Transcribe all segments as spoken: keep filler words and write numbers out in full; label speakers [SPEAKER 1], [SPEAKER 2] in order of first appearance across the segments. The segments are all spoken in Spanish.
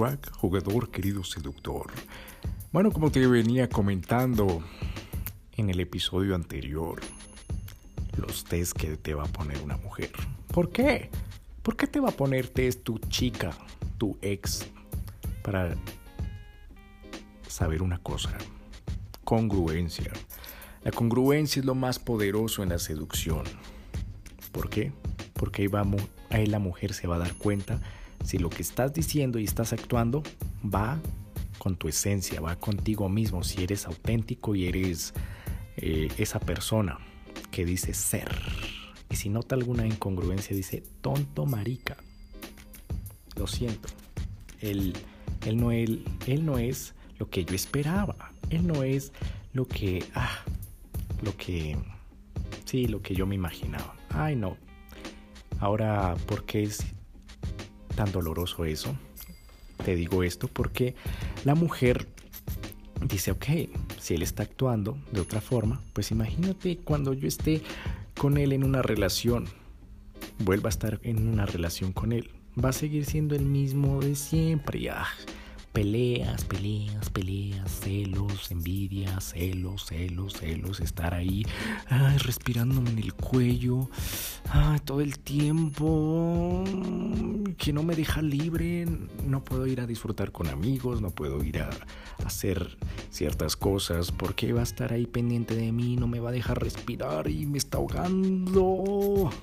[SPEAKER 1] crack, jugador, querido seductor. Bueno, como te venía comentando en el episodio anterior, los test que te va a poner una mujer. ¿Por qué? ¿Por qué te va a poner test tu chica, tu ex? Para saber una cosa, congruencia. La congruencia es lo más poderoso en la seducción. ¿Por qué? Porque ahí, va, ahí la mujer se va a dar cuenta si lo que estás diciendo y estás actuando va con tu esencia, va contigo mismo, si eres auténtico y eres eh, esa persona que dice ser. Y si nota alguna incongruencia, dice tonto marica. Lo siento. Él, él, no, él, él no es lo que yo esperaba. Él no es lo que... Ah, lo que... Sí, lo que yo me imaginaba. Ay, no. Ahora, ¿por qué es tan doloroso eso? Te digo esto porque la mujer dice, ok, si él está actuando de otra forma, pues imagínate cuando yo esté con él en una relación, vuelva a estar en una relación con él, va a seguir siendo el mismo de siempre. Ah, peleas, peleas, peleas, celos, envidia, celos, celos, celos, estar ahí, ay, respirándome en el cuello, ay, todo el tiempo, que no me deja libre, no puedo ir a disfrutar con amigos, no puedo ir a hacer ciertas cosas, porque va a estar ahí pendiente de mí, no me va a dejar respirar y me está ahogando.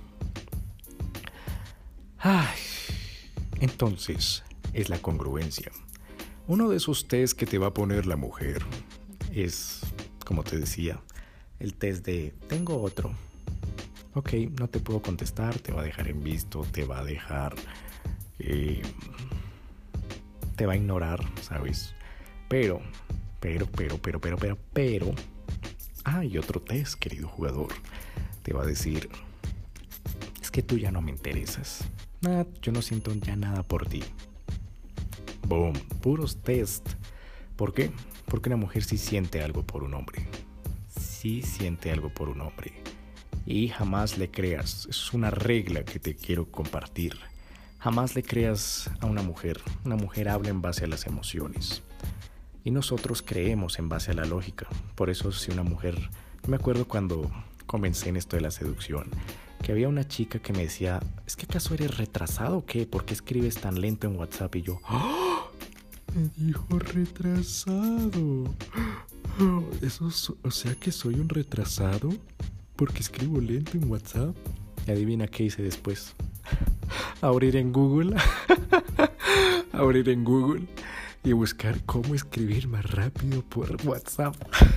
[SPEAKER 1] Ay, entonces es la congruencia. Uno de esos test que te va a poner la mujer es, como te decía, el test de tengo otro. Ok, no te puedo contestar, te va a dejar en visto, te va a dejar, eh, te va a ignorar, ¿sabes? Pero, pero, pero, pero, pero, pero, pero, hay otro test, querido jugador. Te va a decir, es que tú ya no me interesas. Nada, yo no siento ya nada por ti. Boom, puros test. ¿Por qué? Porque una mujer sí siente algo por un hombre. Sí siente algo por un hombre. Y jamás le creas. Es una regla que te quiero compartir. Jamás le creas a una mujer. Una mujer habla en base a las emociones. Y nosotros creemos en base a la lógica. Por eso si una mujer... Yo me acuerdo cuando comencé en esto de la seducción, que había una chica que me decía, ¿es que acaso eres retrasado o qué? ¿Por qué escribes tan lento en WhatsApp? Y yo, ¡oh! Me dijo retrasado. Eso, o sea que soy un retrasado porque escribo lento en WhatsApp. Y adivina qué hice después. Abrir en Google. Abrir en Google y buscar cómo escribir más rápido por WhatsApp.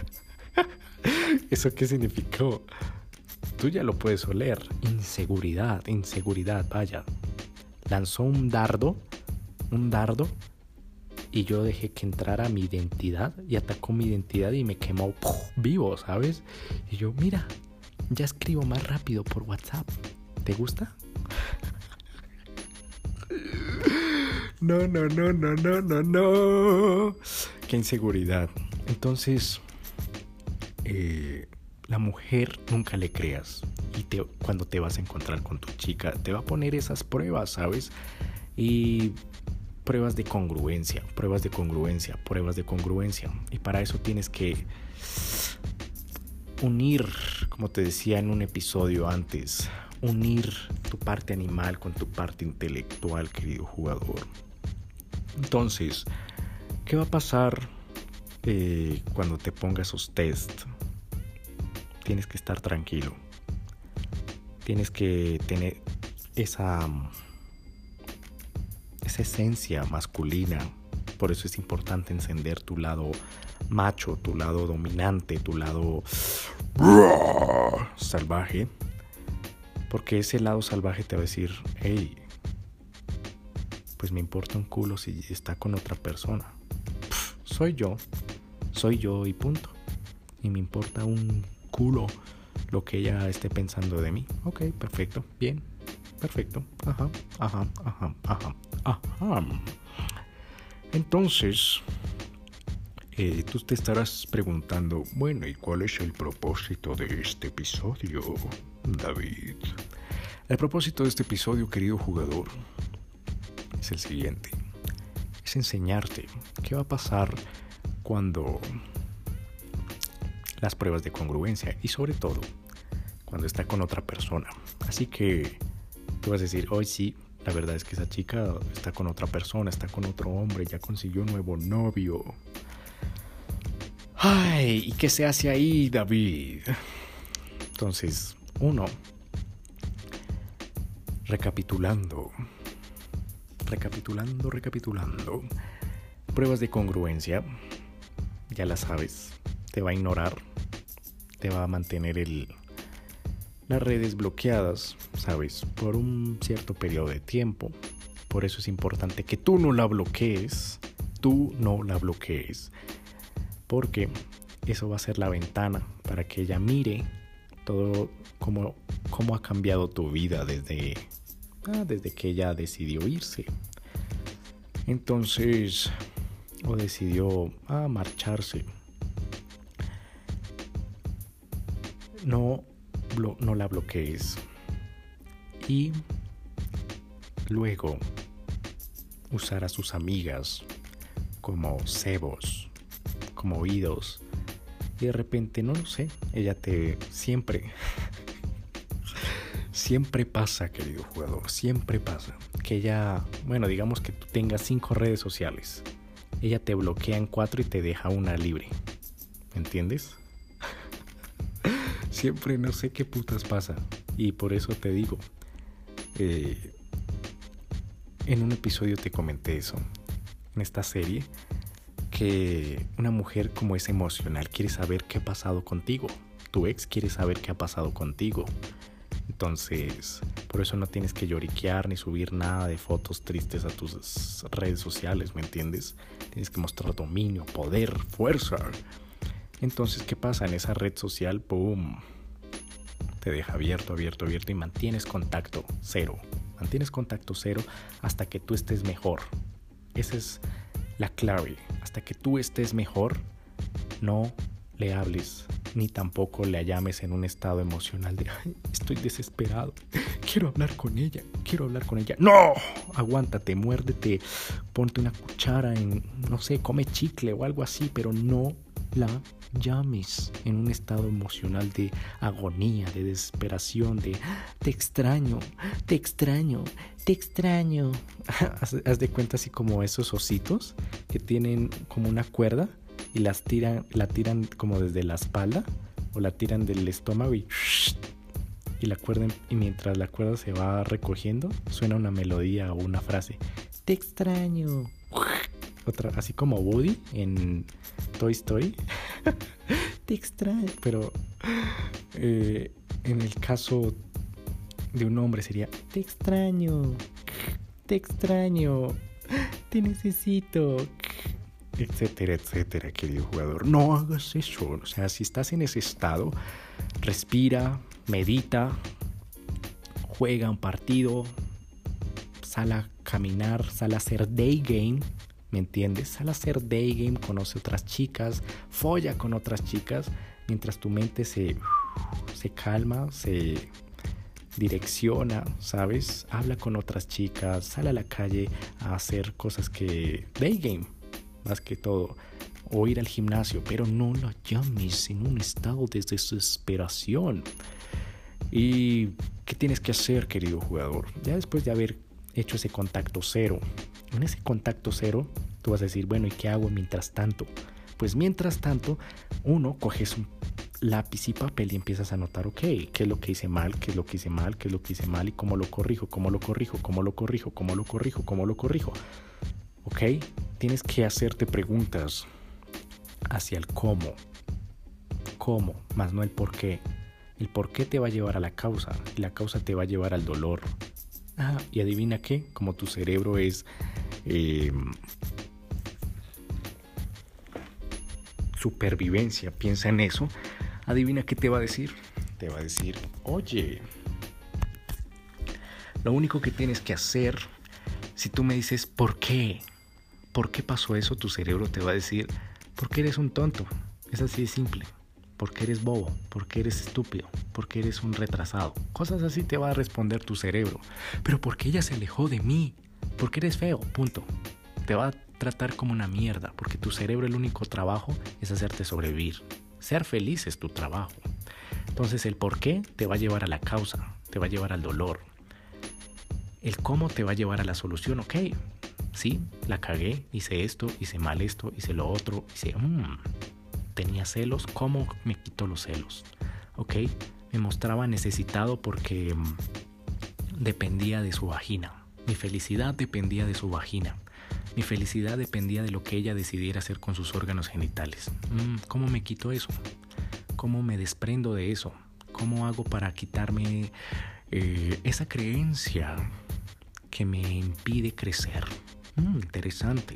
[SPEAKER 1] ¿Eso qué significó? Tú ya lo puedes oler. Inseguridad, inseguridad, vaya. Lanzó un dardo, un dardo, y yo dejé que entrara mi identidad y atacó mi identidad y me quemó ¡puf! Vivo, ¿sabes? Y yo, mira, ya escribo más rápido por WhatsApp. ¿Te gusta? No, no, no, no, no, no, no. Qué inseguridad. Entonces, eh... la mujer nunca le creas y te, cuando te vas a encontrar con tu chica te va a poner esas pruebas, ¿sabes? Y pruebas de congruencia, pruebas de congruencia, pruebas de congruencia. Y para eso tienes que unir, como te decía en un episodio antes, unir tu parte animal con tu parte intelectual, querido jugador. Entonces, ¿qué va a pasar eh, cuando te ponga esos test? Tienes que estar tranquilo. Tienes que tener esa, esa esencia masculina. Por eso es importante encender tu lado macho, tu lado dominante, tu lado salvaje. Porque ese lado salvaje te va a decir, hey, pues me importa un culo si está con otra persona. Pff, soy yo, soy yo y punto. Y me importa un culo lo que ella esté pensando de mí. Ok, perfecto, bien, perfecto. Ajá, ajá, ajá, ajá, ajá. Entonces, eh, tú te estarás preguntando, bueno, ¿y cuál es el propósito de este episodio, David? El propósito de este episodio, querido jugador, es el siguiente. es enseñarte qué va a pasar cuando las pruebas de congruencia y sobre todo cuando está con otra persona. Así que tú vas a decir, hoy sí, la verdad es que esa chica está con otra persona, está con otro hombre, ya consiguió un nuevo novio. Ay, ¿y qué se hace ahí, David? Entonces, uno, recapitulando, recapitulando, recapitulando, pruebas de congruencia, ya las sabes, te va a ignorar, te va a mantener el, las redes bloqueadas, sabes, por un cierto periodo de tiempo. Por eso es importante que tú no la bloquees, tú no la bloquees, porque eso va a ser la ventana para que ella mire todo cómo, cómo ha cambiado tu vida desde, ah, desde que ella decidió irse. Entonces, o decidió ah, marcharse. No, blo- no la bloquees. Y luego usar a sus amigas como cebos, como oídos. Y de repente, no lo sé, ella te siempre, siempre pasa, querido jugador, siempre pasa. Que ella, bueno, digamos que tú tengas cinco redes sociales. Ella te bloquea en cuatro y te deja una libre. ¿Me entiendes? Siempre no sé qué putas pasa. Y por eso te digo, eh, en un episodio te comenté eso, en esta serie, que una mujer como es emocional quiere saber qué ha pasado contigo. Tu ex quiere saber qué ha pasado contigo. Entonces, por eso no tienes que lloriquear ni subir nada de fotos tristes a tus redes sociales, ¿me entiendes? Tienes que mostrar dominio, poder, fuerza. Entonces, ¿qué pasa? En esa red social, ¡pum!, te deja abierto, abierto, abierto y mantienes contacto cero. Mantienes contacto cero hasta que tú estés mejor. Esa es la clave. Hasta que tú estés mejor, no le hables ni tampoco le llames en un estado emocional de ay, estoy desesperado, quiero hablar con ella, quiero hablar con ella. ¡No! Aguántate, muérdete, ponte una cuchara en, no sé, come chicle o algo así, pero no la llames en un estado emocional de agonía, de desesperación, de te extraño, te extraño, te extraño. Haz, haz de cuenta así como esos ositos que tienen como una cuerda y las tiran, la tiran como desde la espalda o la tiran del estómago y, y la cuerda, y mientras la cuerda se va recogiendo suena una melodía o una frase. Te extraño. Otra, así como Woody en Toy Story. Te extraño. Pero eh, en el caso de un hombre sería te extraño, te extraño, te necesito, etcétera, etcétera, querido jugador. No hagas eso. O sea, si estás en ese estado, respira, medita, juega un partido, sal a caminar, sal a hacer day game, ¿me entiendes? Sal a hacer day game, conoce otras chicas, folla con otras chicas, mientras tu mente se, se calma, se direcciona, ¿sabes? Habla con otras chicas, sal a la calle a hacer cosas que... day game, más que todo. O ir al gimnasio, pero no la llames en un estado de desesperación. ¿Y qué tienes que hacer, querido jugador? Ya después de haber hecho ese contacto cero, en ese contacto cero, tú vas a decir, bueno, ¿y qué hago mientras tanto? Pues mientras tanto, uno, coges un lápiz y papel y empiezas a anotar, ok, ¿qué es lo que hice mal? ¿Qué es lo que hice mal? ¿Qué es lo que hice mal? ¿Y cómo lo corrijo? ¿Cómo lo corrijo? ¿Cómo lo corrijo? ¿Cómo lo corrijo? ¿Cómo lo corrijo? Ok, tienes que hacerte preguntas hacia el cómo. ¿Cómo? Más no el por qué. El por qué te va a llevar a la causa y la causa te va a llevar al dolor. Ah, y adivina qué, como tu cerebro es eh, supervivencia, piensa en eso, adivina qué te va a decir. Te va a decir, oye, lo único que tienes que hacer, si tú me dices, ¿por qué? ¿Por qué pasó eso? Tu cerebro te va a decir, porque eres un tonto, es así de simple. Porque eres bobo, porque eres estúpido, porque eres un retrasado. Cosas así te va a responder tu cerebro. Pero porque ella se alejó de mí, porque eres feo, punto. Te va, tratar como una mierda, porque tu cerebro el único trabajo es hacerte sobrevivir. Ser feliz es tu trabajo. Entonces el por qué te va a llevar a la causa, te va a llevar al dolor. El cómo te va a llevar a la solución. Ok, sí, la cagué, hice esto, hice mal esto, hice lo otro, hice... Mmm, tenía celos, ¿cómo me quitó los celos? Ok, me mostraba necesitado porque mmm, dependía de su vagina. Mi felicidad dependía de su vagina. Mi felicidad dependía de lo que ella decidiera hacer con sus órganos genitales. Mm, ¿Cómo me quito eso? ¿Cómo me desprendo de eso? ¿Cómo hago para quitarme eh, esa creencia que me impide crecer? Mm, interesante.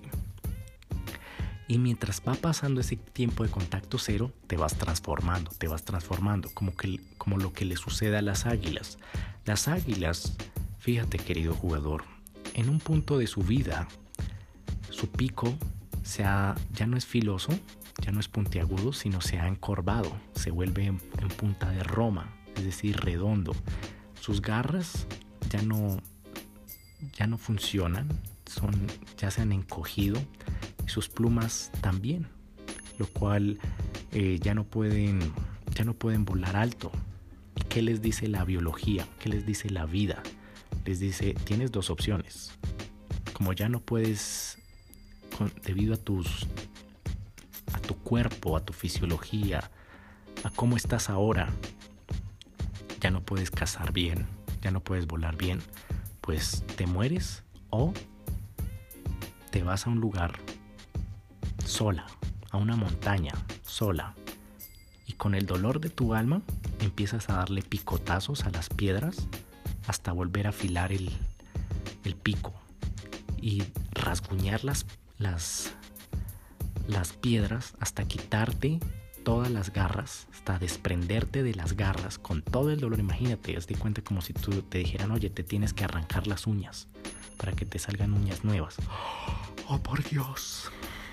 [SPEAKER 1] Y mientras va pasando ese tiempo de contacto cero, te vas transformando, te vas transformando, como, que, como lo que le sucede a las águilas. Las águilas, fíjate querido jugador, en un punto de su vida, su pico se ha, ya no es filoso, ya no es puntiagudo, sino se ha encorvado, se vuelve en, en punta de Roma, es decir, redondo. Sus garras ya no, ya no funcionan, son, ya se han encogido, y sus plumas también, lo cual eh, ya no pueden, ya no pueden volar alto. ¿Qué les dice la biología? ¿Qué les dice la vida? Les dice, tienes dos opciones. Como ya no puedes, con, debido a tus, a tu cuerpo, a tu fisiología, a cómo estás ahora, ya no puedes cazar bien, ya no puedes volar bien, pues te mueres o te vas a un lugar sola, a una montaña sola, y con el dolor de tu alma empiezas a darle picotazos a las piedras hasta volver a afilar el, el pico y rasguñar las, las, las piedras hasta quitarte todas las garras, hasta desprenderte de las garras con todo el dolor. Imagínate, haz de cuenta como si tú te dijeran, oye, te tienes que arrancar las uñas para que te salgan uñas nuevas. ¡Oh, por Dios!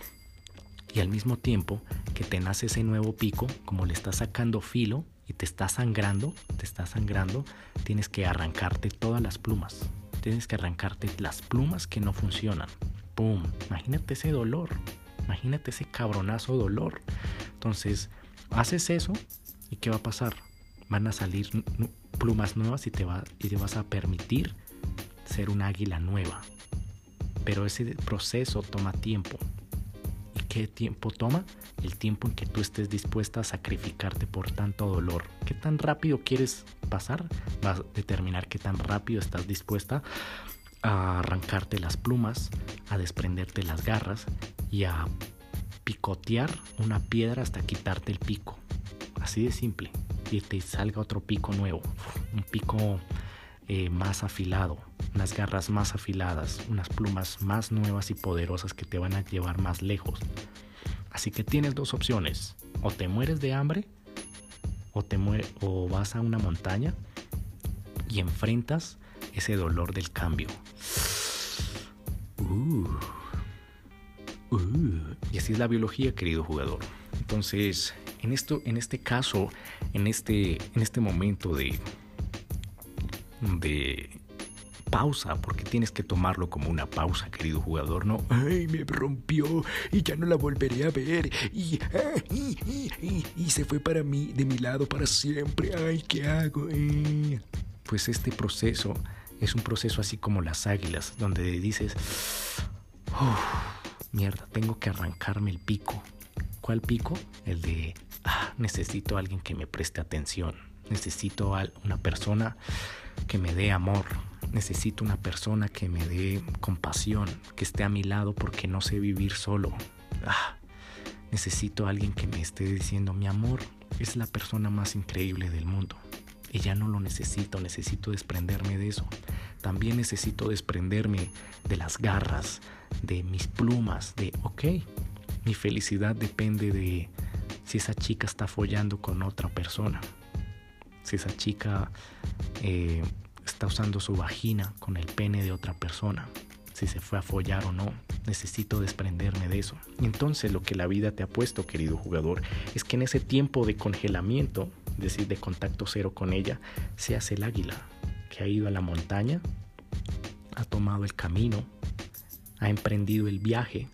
[SPEAKER 1] Y al mismo tiempo que te nace ese nuevo pico, como le estás sacando filo y te está sangrando, te está sangrando, tienes que arrancarte todas las plumas. Tienes que arrancarte las plumas que no funcionan. ¡Pum! Imagínate ese dolor. Imagínate ese cabronazo dolor. Entonces, haces eso y ¿qué va a pasar? Van a salir n- plumas nuevas y te, va, y te vas a permitir ser un águila nueva. Pero ese proceso toma tiempo. ¿Qué tiempo toma? El tiempo en que tú estés dispuesta a sacrificarte por tanto dolor. ¿Qué tan rápido quieres pasar? Va a determinar qué tan rápido estás dispuesta a arrancarte las plumas, a desprenderte las garras y a picotear una piedra hasta quitarte el pico. Así de simple. Y te salga otro pico nuevo. Un pico eh, más afilado. Unas garras más afiladas, unas plumas más nuevas y poderosas que te van a llevar más lejos. Así que tienes dos opciones: o te mueres de hambre o, te muere, o vas a una montaña y enfrentas ese dolor del cambio. Uh, uh. Y así es la biología, querido jugador. Entonces, en, esto, en este caso, en este, en este momento de... de pausa, porque tienes que tomarlo como una pausa, querido jugador, ¿no? Ay, me rompió y ya no la volveré a ver y, y, y, y, y se fue para mí, de mi lado para siempre. Ay, ¿qué hago? Eh. Pues este proceso es un proceso así como las águilas, donde dices, mierda, tengo que arrancarme el pico. ¿Cuál pico? El de, ah, necesito a alguien que me preste atención, necesito a una persona que me dé amor. Necesito una persona que me dé compasión, que esté a mi lado porque no sé vivir solo. Ah, necesito a alguien que me esté diciendo, mi amor es la persona más increíble del mundo. Y ya no lo necesito, necesito desprenderme de eso. También necesito desprenderme de las garras, de mis plumas, de, ok, mi felicidad depende de si esa chica está follando con otra persona. Si esa chica... Eh, está usando su vagina con el pene de otra persona, si se fue a follar o no. Necesito desprenderme de eso. Y entonces lo que la vida te ha puesto, querido jugador, es que en ese tiempo de congelamiento, es decir, de contacto cero con ella, seas el águila que ha ido a la montaña, ha tomado el camino, ha emprendido el viaje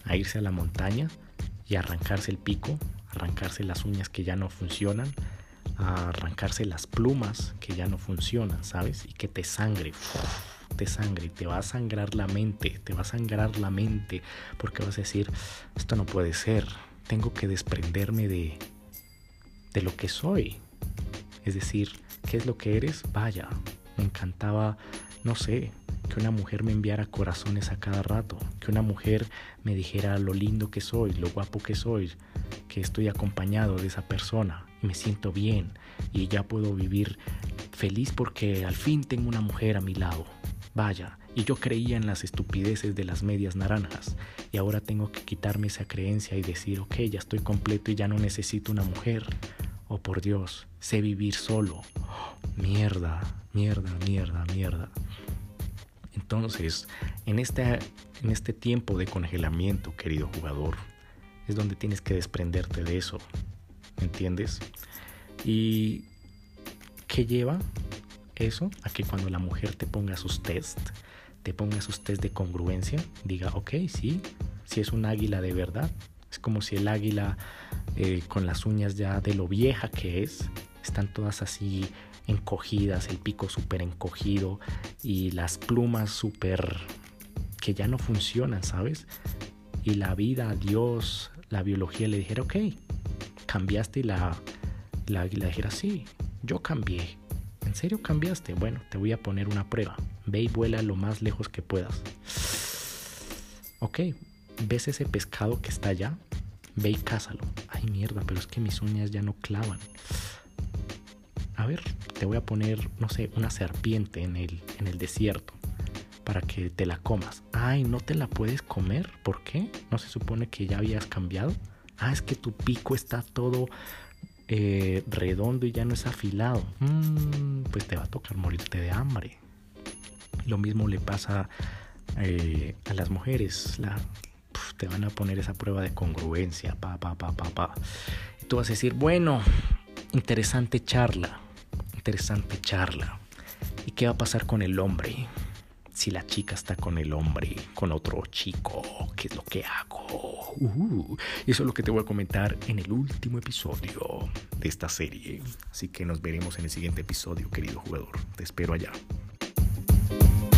[SPEAKER 1] a irse a la montaña y arrancarse el pico, arrancarse las uñas que ya no funcionan, a arrancarse las plumas que ya no funcionan, ¿sabes? Y que te sangre, uf, te sangre, te va a sangrar la mente, te va a sangrar la mente, porque vas a decir, esto no puede ser, tengo que desprenderme de, de lo que soy. Es decir, ¿qué es lo que eres? Vaya, me encantaba, no sé, que una mujer me enviara corazones a cada rato, que una mujer me dijera lo lindo que soy, lo guapo que soy, que estoy acompañado de esa persona y me siento bien y ya puedo vivir feliz porque al fin tengo una mujer a mi lado. Vaya, y yo creía en las estupideces de las medias naranjas y ahora tengo que quitarme esa creencia y decir, ok, ya estoy completo y ya no necesito una mujer. Oh, por Dios, sé vivir solo. Oh, mierda, mierda, mierda, mierda. Entonces, en este, en este tiempo de congelamiento, querido jugador, es donde tienes que desprenderte de eso, ¿me entiendes? ¿Y qué lleva eso? A que cuando la mujer te ponga sus test, te ponga sus test de congruencia, diga, ok, sí, sí es un águila de verdad. Es como si el águila, eh, con las uñas ya de lo vieja que es, están todas así encogidas, el pico súper encogido y las plumas súper que ya no funcionan, ¿sabes? Y la vida, Dios, la biología le dijera, ok, cambiaste y la, la águila dijera, sí, yo cambié. ¿En serio cambiaste? Bueno, te voy a poner una prueba. Ve y vuela lo más lejos que puedas. Ok, ¿ves ese pescado que está allá? Ve y cázalo. Ay, mierda, pero es que mis uñas ya no clavan. A ver, te voy a poner, no sé, una serpiente en el, en el desierto para que te la comas. Ay, ¿no te la puedes comer? ¿Por qué? ¿No se supone que ya habías cambiado? Ah, es que tu pico está todo eh, redondo y ya no es afilado. Mm, pues te va a tocar morirte de hambre. Lo mismo le pasa eh, a las mujeres. La, puf, te van a poner esa prueba de congruencia. Pa, pa, pa, pa, pa. Y tú vas a decir, bueno, interesante charla. Interesante charla. ¿Y qué va a pasar con el hombre? Si la chica está con el hombre, con otro chico, ¿qué es lo que hago? Uh, eso es lo que te voy a comentar en el último episodio de esta serie. Así que nos veremos en el siguiente episodio, querido jugador. Te espero allá.